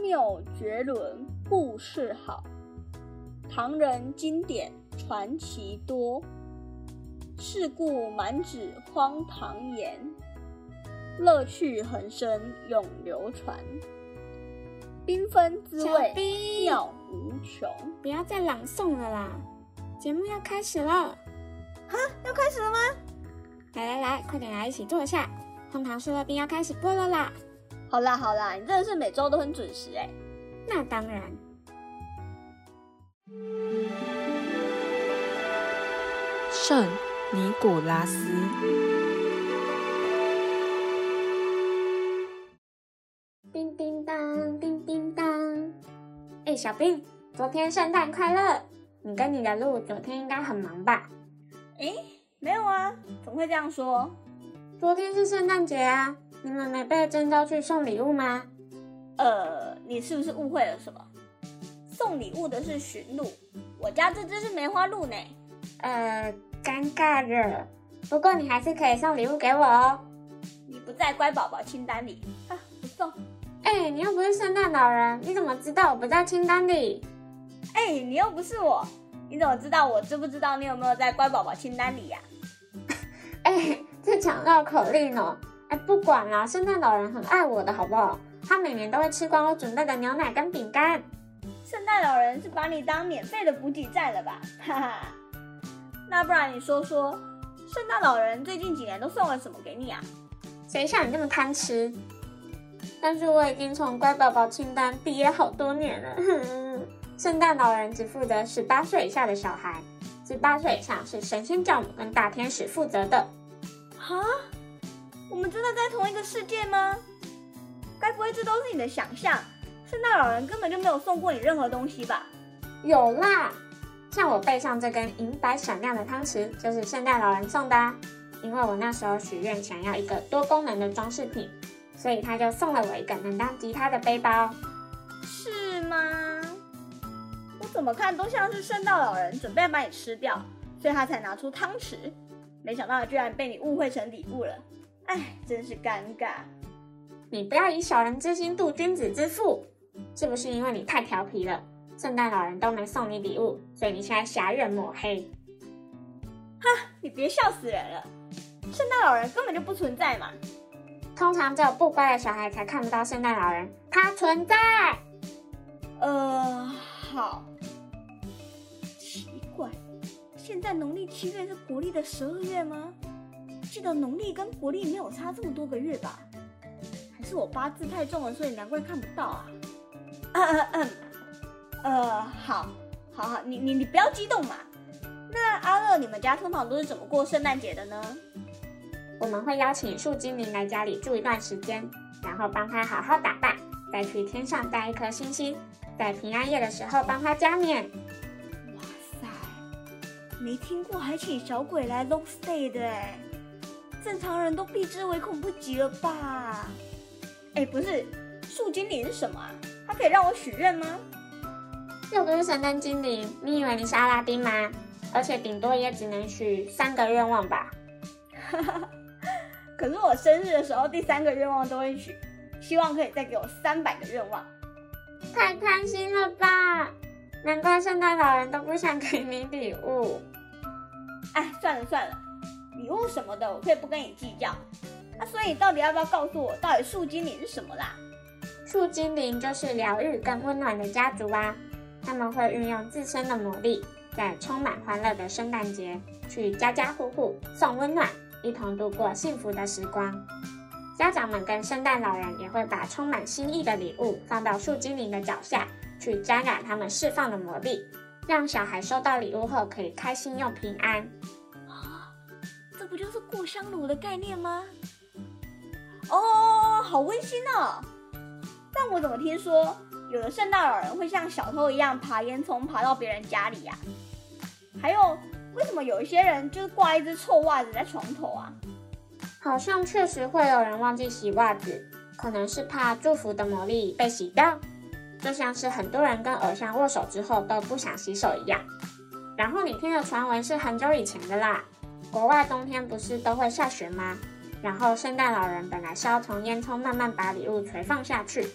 谬绝伦，故事好。唐人经典传奇多，世故满纸荒唐言，乐趣横生永流传。缤纷滋味妙无穷。 不要再朗诵了啦，节目要开始了。 哈，要开始了吗？ 来，快点来一起坐下，荒唐说乐冰要开始播了啦。 好啦，你真的是每周都很准时哎。 那当然。 圣尼古拉斯。 叮叮当，叮叮当。小冰，昨天圣诞快乐！你跟你的鹿昨天应该很忙吧？ 没有啊，怎么会这样说？ 昨天是圣诞节啊，你们没被征召去送礼物吗？ 你是不是误会了什么？送礼物的是驯鹿，我家这只是梅花鹿呢。 尴尬了。不过你还是可以送礼物给我哦。 你不在乖宝宝清单里啊，不送。 你又不是圣诞老人，你怎么知道我不在清单里？ 你又不是我，你怎么知道我知不知道你有没有在乖宝宝清单里呀？ 这讲绕口令哦。不管啦，圣诞老人很爱我的好不好？他每年都会吃光我准备的牛奶跟饼干。 圣诞老人是把你当免费的补给站了吧？哈哈。那不然你说说，圣诞老人最近几年都送了什么给你啊？ 谁像你这么贪吃？但是我已经从乖宝宝清单毕业好多年了。圣诞老人只负责18岁以下的小孩，18岁以上是神仙教母跟大天使负责的。 哈？我们真的在同一个世界吗？该不会这都是你的想象？圣诞老人根本就没有送过你任何东西吧？ 有啦，像我背上这根银白闪亮的汤匙就是圣诞老人送的啊。因为我那时候许愿想要一个多功能的装饰品，所以他就送了我一个能当吉他的背包。 是吗？我怎么看都像是圣诞老人准备把你吃掉，所以他才拿出汤匙。没想到居然被你误会成礼物了，真是尴尬。 你不要以小人之心度君子之腹，是不是因为你太调皮了？圣诞老人都没送你礼物，所以你现在瞎愿抹黑。 你别笑死人了，圣诞老人根本就不存在嘛。 通常只有不乖的小孩才看不到圣诞老人，他存在。 好。奇怪，现在农历7月是国历的12月吗？记得农历跟国历没有差这么多个月吧？还是我八字太重了，所以难怪看不到啊？好，你不要激动嘛。那阿乐，你们家通常都是怎么过圣诞节的呢？ 我们会邀请树精灵来家里住一段时间，然后帮他好好打扮，再去天上带一颗星星，在平安夜的时候帮他加冕。 哇塞，没听过还请小鬼来 long stay 的正常人都避之唯恐不及了吧？不是，树精灵是什么啊？它可以让我许愿吗？ 又不是神灯精灵，你以为你是阿拉丁吗？而且顶多也只能许3个愿望吧。 可是我生日的时候第3个愿望都会许，希望可以再给我300个愿望。 太贪心了吧，难怪圣诞老人都不想给你礼物。 算了，礼物什么的我可以不跟你计较。所以你到底要不要告诉我，到底树精灵是什么啦？ 树精灵就是疗愈跟温暖的家族啊，他们会运用自身的魔力，在充满欢乐的圣诞节去家家户户送温暖，一同度过幸福的时光。家长们跟圣诞老人也会把充满心意的礼物放到树精灵的脚下，去沾染他们释放的魔力，让小孩收到礼物后可以开心又平安。 这不就是过香炉的概念吗？好温馨哦。但我怎么听说有的圣诞老人会像小偷一样爬烟囱爬到别人家里啊？还有，为什么有一些人就是挂一只臭袜子在床头啊？ 好像确实会有人忘记洗袜子，可能是怕祝福的魔力被洗掉，就像是很多人跟偶像握手之后都不想洗手一样。然后你听的传闻是很久以前的啦，国外冬天不是都会下雪吗？然后圣诞老人本来是要从烟囱慢慢把礼物垂放下去，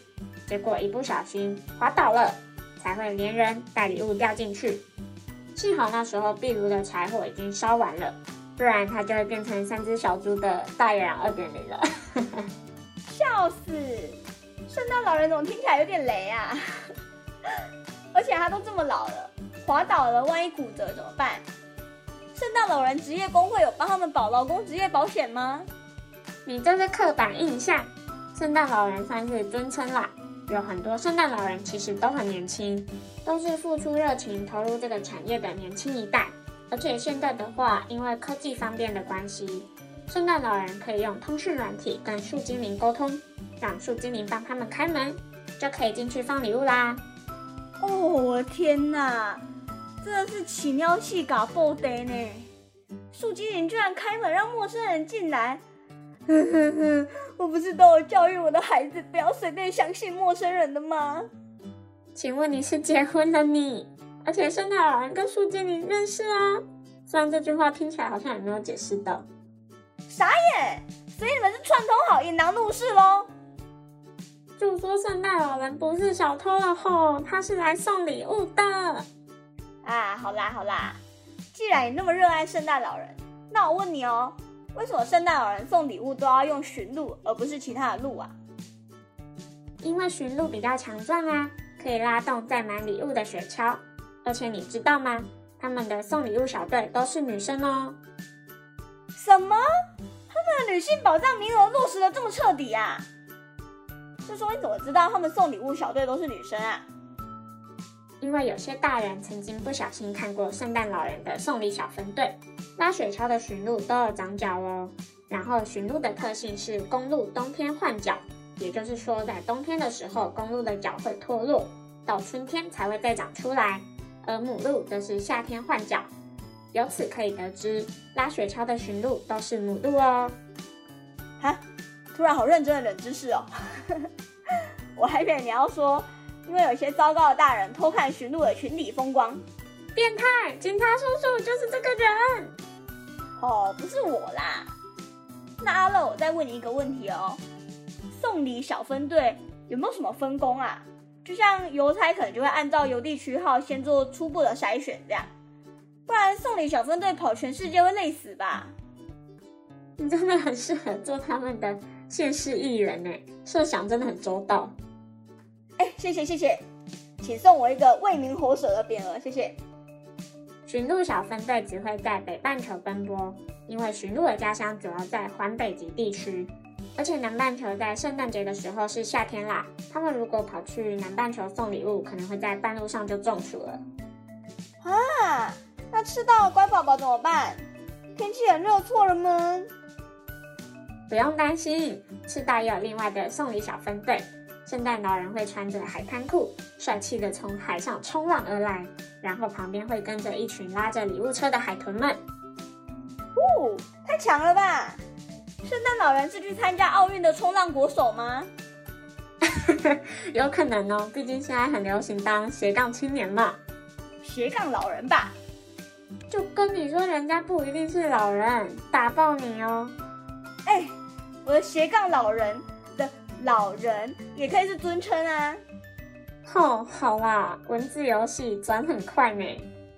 结果一不小心滑倒了，才会连人带礼物掉进去。幸好那时候壁炉的柴火已经烧完了，不然它就会变成3只小猪的大野狼2.0了。 笑死！圣诞老人怎么听起来有点雷啊？而且他都这么老了，滑倒了，万一骨折怎么办？圣诞老人职业工会有帮他们保劳工职业保险吗？ 你这是刻板印象，圣诞老人算是尊称啦。有很多圣诞老人其实都很年轻，都是付出热情投入这个产业的年轻一代。而且现在的话，因为科技方便的关系，圣诞老人可以用通讯软体跟树精灵沟通，让树精灵帮他们开门，就可以进去放礼物啦。 哦，我的天哪，真的是起尿气嘎爆的呢！树精灵居然开门让陌生人进来，我不是都有教育我的孩子不要随便相信陌生人的吗？ 请问你是结婚了你？而且圣诞老人跟树精灵认识啊？虽然这句话听起来好像也没有解释到。 傻眼！所以你们是串通好引狼入室咯？ 就说圣诞老人不是小偷了吼，他是来送礼物的。 啊，好啦好啦，既然你那么热爱圣诞老人，那我问你哦，为什么圣诞老人送礼物都要用驯鹿，而不是其他的鹿啊？ 因为驯鹿比较强壮啊，可以拉动载满礼物的雪橇。而且你知道吗？他们的送礼物小队都是女生哦。 什么？他们的女性保障名额落实得这么彻底啊？就说你怎么知道他们送礼物小队都是女生啊？ 因为有些大人曾经不小心看过圣诞老人的送礼小分队，拉雪橇的驯鹿都有长角哦。然后驯鹿的特性是公鹿冬天换角，也就是说在冬天的时候公鹿的角会脱落，到春天才会再长出来。而母鹿则是夏天换角，由此可以得知，拉雪橇的驯鹿都是母鹿哦。 哈，突然好认真的冷知识哦！我还以为你要说，因为有些糟糕的大人偷看驯鹿的群体风光。 变态！警察叔叔就是这个人。 哦，不是我啦。那阿乐，我再问你一个问题哦，送礼小分队有没有什么分工啊？就像邮差可能就会按照邮递区号先做初步的筛选这样，不然送礼小分队跑全世界会累死吧？ 你真的很适合做他们的县市议员耶，设想真的很周到。 谢谢，请送我一个为民喉舌的匾额，谢谢。 驯鹿小分队只会在北半球奔波，因为驯鹿的家乡主要在环北极地区。而且南半球在圣诞节的时候是夏天啦，他们如果跑去南半球送礼物，可能会在半路上就中暑了。 啊，那吃到了乖宝宝怎么办？天气很热错了吗？ 不用担心，赤道也有另外的送礼小分队。圣诞老人会穿着海滩裤，帅气的从海上冲浪而来，然后旁边会跟着一群拉着礼物车的海豚们。太强了吧！圣诞老人是去参加奥运的冲浪国手吗？有可能哦，毕竟现在很流行当斜杠青年嘛。斜杠老人吧？就跟你说，人家不一定是老人，打爆你哦！我的斜杠老人的老人也可以是尊称啊。好啦，文字游戏转很快呢。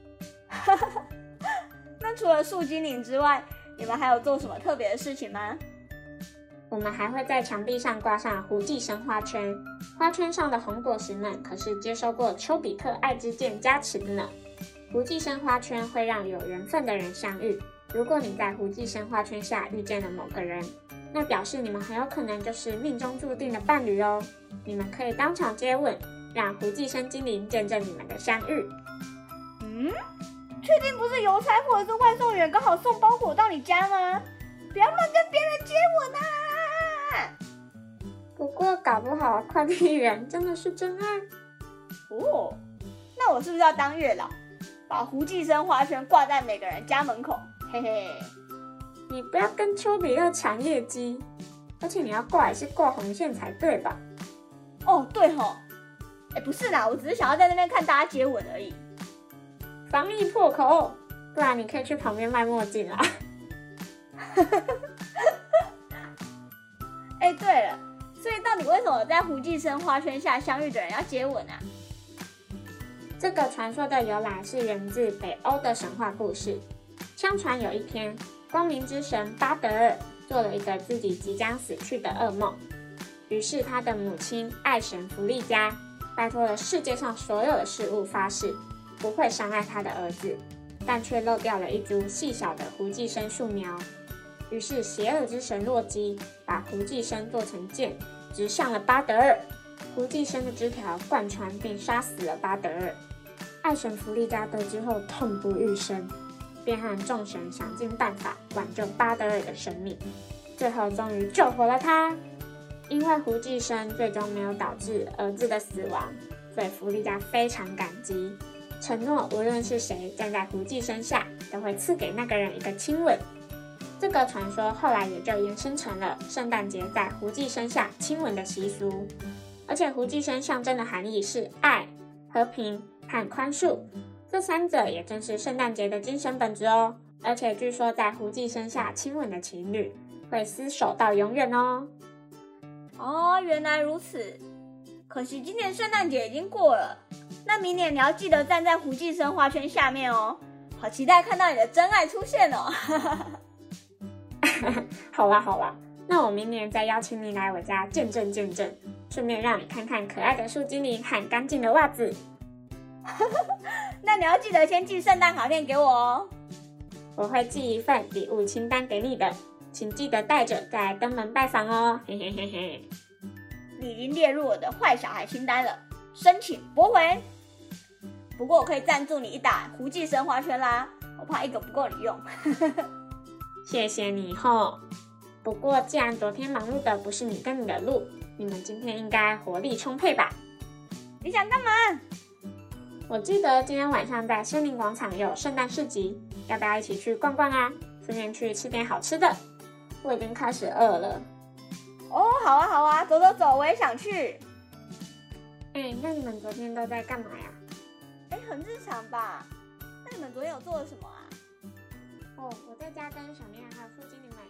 那除了树精灵之外，你们还有做什么特别的事情吗？我们还会在墙壁上挂上胡寄生花圈，花圈上的红果实们可是接受过丘比特爱之箭加持的呢。胡寄生花圈会让有缘分的人相遇，如果你在胡寄生花圈下遇见了某个人，那表示你们很有可能就是命中注定的伴侣哦。你们可以当场接吻，让胡寄生精灵见证你们的相遇。确定不是邮差或者是外送员刚好送包裹到你家吗？不要乱跟别人接吻啊！不过搞不好快递员真的是真爱哦。那我是不是要当月老，把胡寄生花圈挂在每个人家门口？嘿嘿，你不要跟丘比特抢业绩，而且你要挂也是挂红线才对吧？哦，对吼。不是啦，我只是想要在那边看大家接吻而已。防疫破口，不然你可以去旁边卖墨镜啦。对了，所以到底底为什么在胡寄生花圈下相遇的人要接吻啊？ 这个传说的由来是源自北欧的神话故事。相传有一天，光明之神巴德尔做了一个自己即将死去的噩梦，于是他的母亲爱神弗利嘉拜托了世界上所有的事物发誓不会伤害他的儿子，但却漏掉了一株细小的胡寄生树苗。于是邪恶之神洛基把胡寄生做成剑，直向了巴德尔。胡寄生的枝条贯穿并杀死了巴德尔。爱神弗利嘉得知后痛不欲生，便和众神想尽办法挽救巴德尔的生命，最后终于救活了他。因为胡寄生最终没有导致儿子的死亡，所以弗利嘉非常感激，承诺无论是谁站在胡寄生下，都会赐给那个人一个亲吻。这个传说后来也就延伸成了圣诞节在胡寄生下亲吻的习俗。而且胡寄生象征的含义是爱、和平和宽恕，这三者也正是圣诞节的精神本质哦。而且据说在胡寄生下亲吻的情侣会厮守到永远哦。 哦，原来如此。可惜今年圣诞节已经过了，那明年你要记得站在胡寄生花圈下面哦。好期待看到你的真爱出现哦。 好啦好啦，那我明年再邀请你来我家见证见证，顺便让你看看可爱的树精灵和干净的袜子。 那你要记得先寄圣诞卡片给我哦。 我会寄一份礼物清单给你的，请记得带着再来登门拜访哦。嘿嘿嘿嘿。 你已经列入我的坏小孩清单了，申请驳回。不过我可以赞助你一打胡寄生花圈啦，我怕一个不够你用。 谢谢你吼。不过既然昨天忙碌的不是你跟你的鹿，你们今天应该活力充沛吧？ 你想干嘛？ 我记得今天晚上在森林广场有圣诞市集，要不要一起去逛逛啊？顺便去吃点好吃的。我已经开始饿了。 哦，好啊好啊，走走走，我也想去。 那你们昨天都在干嘛呀？ 很日常吧？那你们昨天有做了什么啊？ 我在家跟小面还有树精灵们